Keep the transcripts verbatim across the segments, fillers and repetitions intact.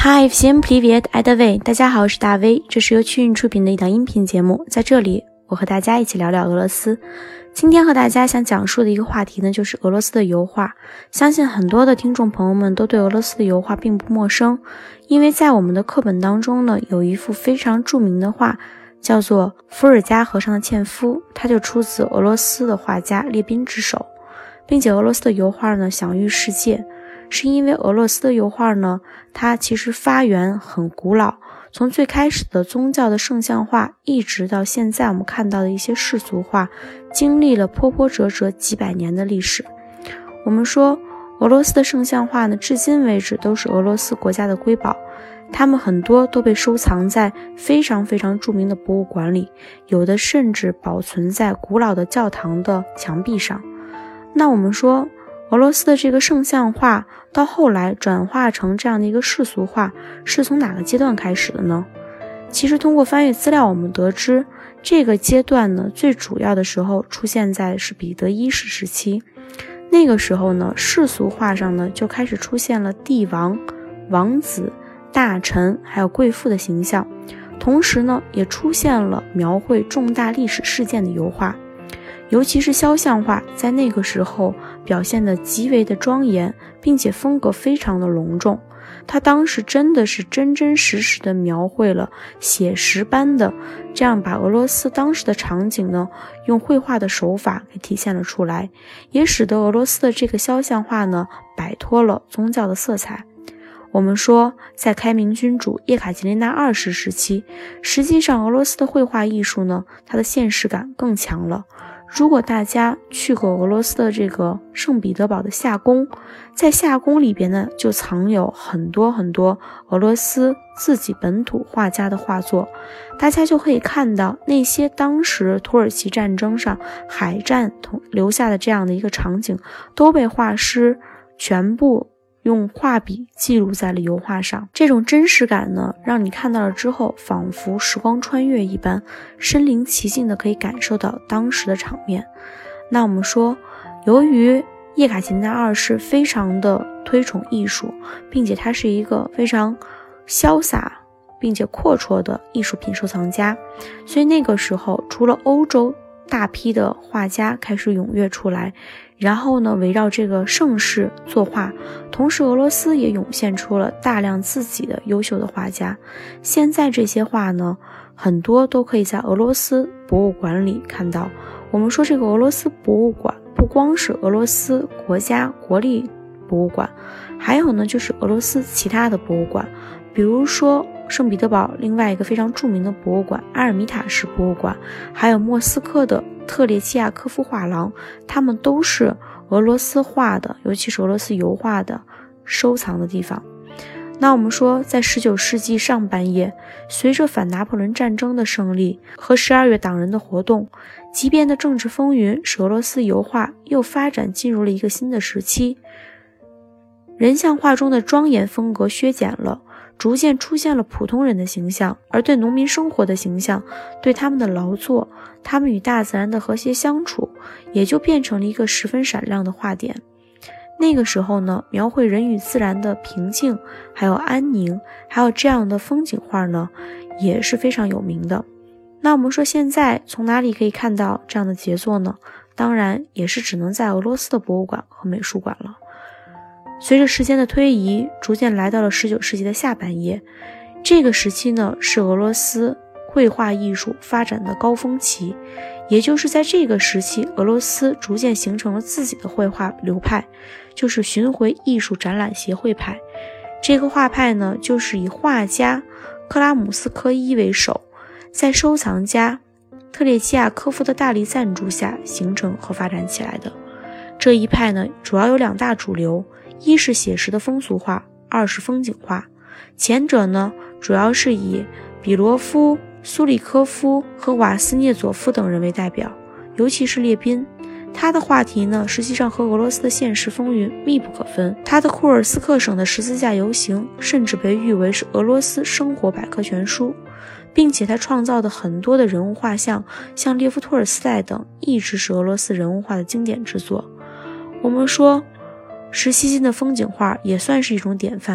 Hi, всем привет, это Вэй，大家好，我是大威，这是由趣运出品的一档音频节目，在这里我和大家一起聊聊俄罗斯。今天和大家想讲述的一个话题呢，就是俄罗斯的油画。相信很多的听众朋友们都对俄罗斯的油画并不陌生，因为在我们的课本当中呢，有一幅非常著名的画，叫做《伏尔加河上的纤夫》，它就出自俄罗斯的画家列宾之手，并且俄罗斯的油画呢享誉世界。是因为俄罗斯的油画呢，它其实发源很古老，从最开始的宗教的圣像画，一直到现在我们看到的一些世俗画，经历了波波折折几百年的历史。我们说俄罗斯的圣像画呢，至今为止都是俄罗斯国家的瑰宝，它们很多都被收藏在非常非常著名的博物馆里，有的甚至保存在古老的教堂的墙壁上。那我们说俄罗斯的这个圣像画到后来转化成这样的一个世俗画，是从哪个阶段开始的呢？其实通过翻阅资料我们得知，这个阶段呢，最主要的时候出现在是彼得一世时期。那个时候呢，世俗画上呢就开始出现了帝王、王子、大臣还有贵妇的形象，同时呢也出现了描绘重大历史事件的油画。尤其是肖像画在那个时候表现得极为的庄严，并且风格非常的隆重。他当时真的是真真实实的描绘了写实般的，这样把俄罗斯当时的场景呢，用绘画的手法给体现了出来，也使得俄罗斯的这个肖像画呢，摆脱了宗教的色彩。我们说在开明君主叶卡捷琳娜二世时期，实际上俄罗斯的绘画艺术呢，它的现实感更强了。如果大家去过俄罗斯的这个圣彼得堡的夏宫，在夏宫里边呢，就藏有很多很多俄罗斯自己本土画家的画作，大家就可以看到那些当时土耳其战争上海战留下的这样的一个场景，都被画师全部用画笔记录在了油画上。这种真实感呢，让你看到了之后仿佛时光穿越一般，身临其境的可以感受到当时的场面。那我们说，由于叶卡捷琳娜二世非常的推崇艺术，并且他是一个非常潇洒并且阔绰的艺术品收藏家，所以那个时候除了欧洲大批的画家开始踊跃出来，然后呢围绕这个盛世作画，同时俄罗斯也涌现出了大量自己的优秀的画家。现在这些画呢，很多都可以在俄罗斯博物馆里看到。我们说这个俄罗斯博物馆不光是俄罗斯国家国立博物馆，还有呢就是俄罗斯其他的博物馆，比如说圣彼得堡另外一个非常著名的博物馆阿尔米塔什博物馆，还有莫斯科的特列齐亚科夫画廊，他们都是俄罗斯画的，尤其是俄罗斯油画的收藏的地方。那我们说在十九世纪上半叶，随着反拿破仑战争的胜利和十二月党人的活动，即便的政治风云使俄罗斯油画又发展进入了一个新的时期，人像画中的庄严风格削减了，逐渐出现了普通人的形象，而对农民生活的形象，对他们的劳作，他们与大自然的和谐相处，也就变成了一个十分闪亮的画点。那个时候呢，描绘人与自然的平静还有安宁，还有这样的风景画呢，也是非常有名的。那我们说现在从哪里可以看到这样的杰作呢？当然也是只能在俄罗斯的博物馆和美术馆了。随着时间的推移，逐渐来到了十九世纪的下半叶，这个时期呢，是俄罗斯绘画艺术发展的高峰期。也就是在这个时期，俄罗斯逐渐形成了自己的绘画流派，就是巡回艺术展览协会派。这个画派呢，就是以画家克拉姆斯科伊为首，在收藏家特列齐亚科夫的大力赞助下形成和发展起来的。这一派呢，主要有两大主流，一是写实的风俗画，二是风景画。前者呢，主要是以比罗夫、苏里科夫和瓦斯涅佐夫等人为代表，尤其是列宾。他的话题呢，实际上和俄罗斯的现实风云密不可分。他的库尔斯克省的十字架游行甚至被誉为是俄罗斯生活百科全书，并且他创造的很多的人物画像，像列夫托尔斯泰等，一直是俄罗斯人物画的经典之作。我们说石希金的风景画也算是一种典范，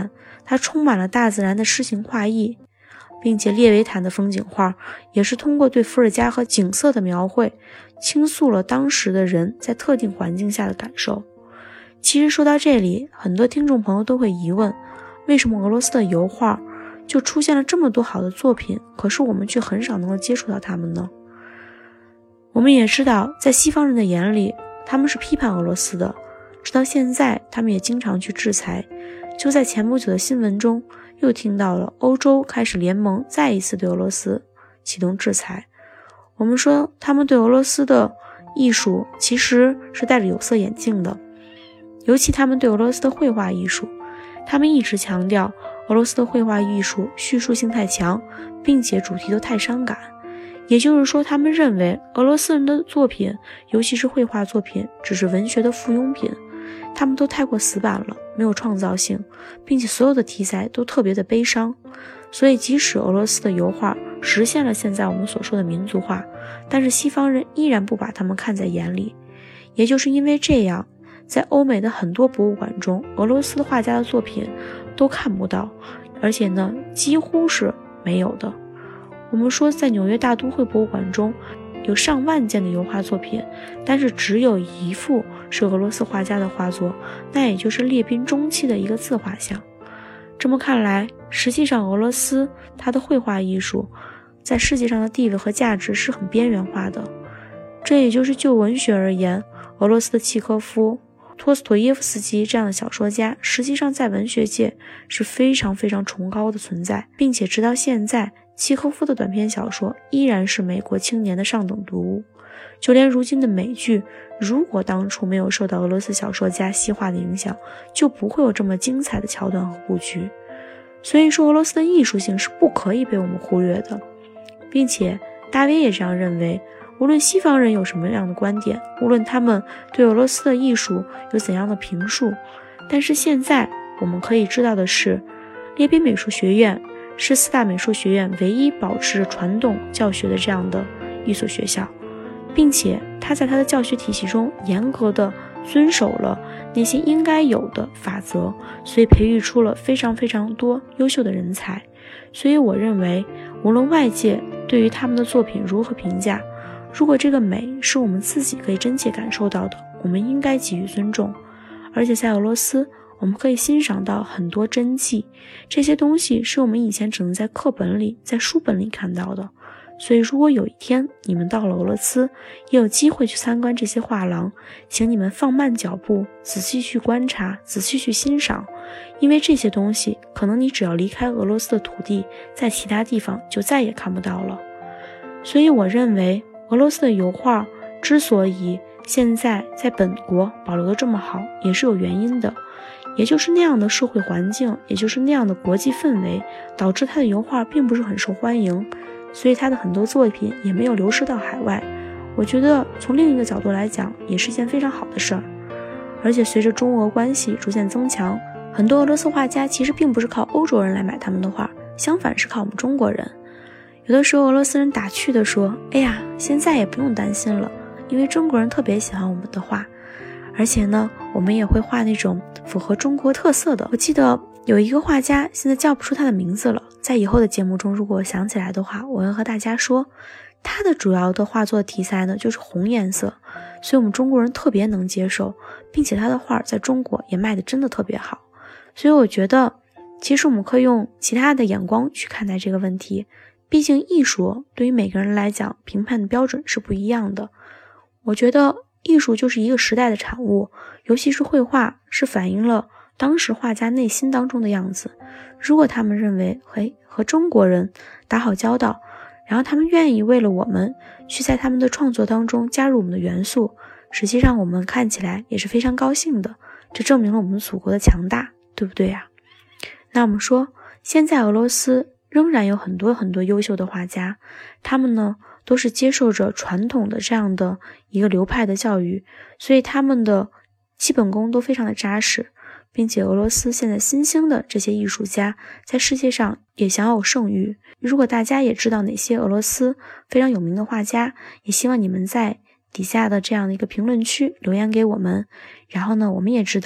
它充满了大自然的诗情画意，并且列维坦的风景画也是通过对伏尔加河景色的描绘，倾诉了当时的人在特定环境下的感受。其实说到这里，很多听众朋友都会疑问，为什么俄罗斯的油画就出现了这么多好的作品，可是我们却很少能够接触到他们呢？我们也知道，在西方人的眼里，他们是批判俄罗斯的，直到现在他们也经常去制裁。就在前不久的新闻中，又听到了欧洲开始联盟再一次对俄罗斯启动制裁。我们说他们对俄罗斯的艺术其实是戴着有色眼镜的，尤其他们对俄罗斯的绘画艺术，他们一直强调俄罗斯的绘画艺术叙述性太强，并且主题都太伤感。也就是说，他们认为俄罗斯人的作品，尤其是绘画作品，只是文学的附庸品，他们都太过死板了，没有创造性，并且所有的题材都特别的悲伤。所以即使俄罗斯的油画实现了现在我们所说的民族化，但是西方人依然不把他们看在眼里。也就是因为这样，在欧美的很多博物馆中，俄罗斯画家的作品都看不到，而且呢几乎是没有的。我们说在纽约大都会博物馆中有上万件的油画作品，但是只有一幅是俄罗斯画家的画作，那也就是列宾中期的一个自画像。这么看来，实际上俄罗斯它的绘画艺术在世界上的地位和价值是很边缘化的。这也就是就文学而言，俄罗斯的契诃夫、托斯托耶夫斯基这样的小说家，实际上在文学界是非常非常崇高的存在，并且直到现在，契诃夫的短篇小说依然是美国青年的上等读物。就连如今的美剧，如果当初没有受到俄罗斯小说家西化的影响，就不会有这么精彩的桥段和布局。所以说，俄罗斯的艺术性是不可以被我们忽略的，并且大卫也这样认为。无论西方人有什么样的观点，无论他们对俄罗斯的艺术有怎样的评述，但是现在我们可以知道的是，列宾美术学院是四大美术学院唯一保持着传统教学的这样的一所学校，并且他在他的教学体系中严格的遵守了那些应该有的法则，所以培育出了非常非常多优秀的人才。所以我认为，无论外界对于他们的作品如何评价，如果这个美是我们自己可以真切感受到的，我们应该给予尊重。而且在俄罗斯，我们可以欣赏到很多真迹，这些东西是我们以前只能在课本里、在书本里看到的。所以如果有一天你们到了俄罗斯，也有机会去参观这些画廊，请你们放慢脚步，仔细去观察，仔细去欣赏，因为这些东西可能你只要离开俄罗斯的土地，在其他地方就再也看不到了。所以我认为俄罗斯的油画之所以现在在本国保留得这么好，也是有原因的，也就是那样的社会环境，也就是那样的国际氛围，导致他的油画并不是很受欢迎，所以他的很多作品也没有流失到海外。我觉得从另一个角度来讲，也是一件非常好的事儿。而且随着中俄关系逐渐增强，很多俄罗斯画家其实并不是靠欧洲人来买他们的画，相反是靠我们中国人。有的时候俄罗斯人打趣地说，哎呀，现在也不用担心了，因为中国人特别喜欢我们的画，而且呢我们也会画那种符合中国特色的。我记得有一个画家，现在叫不出他的名字了，在以后的节目中如果我想起来的话，我要和大家说，他的主要的画作题材呢就是红颜色，所以我们中国人特别能接受，并且他的画在中国也卖的真的特别好。所以我觉得其实我们可以用其他的眼光去看待这个问题，毕竟艺术对于每个人来讲评判的标准是不一样的。我觉得艺术就是一个时代的产物，尤其是绘画是反映了当时画家内心当中的样子。如果他们认为嘿和中国人打好交道，然后他们愿意为了我们去在他们的创作当中加入我们的元素，实际上我们看起来也是非常高兴的，这证明了我们祖国的强大，对不对呀？那我们说现在俄罗斯仍然有很多很多优秀的画家，他们呢都是接受着传统的这样的一个流派的教育，所以他们的基本功都非常的扎实，并且俄罗斯现在新兴的这些艺术家在世界上也享有盛誉。如果大家也知道哪些俄罗斯非常有名的画家，也希望你们在底下的这样的一个评论区留言给我们，然后呢我们也知道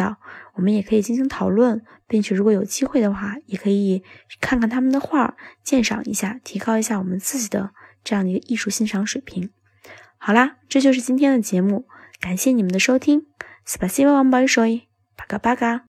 我们也可以进行讨论，并且如果有机会的话，也可以看看他们的画，鉴赏一下，提高一下我们自己的这样的一个艺术欣赏水平。好啦，这就是今天的节目，感谢你们的收听。Спасибо вам большое. Пока-пока.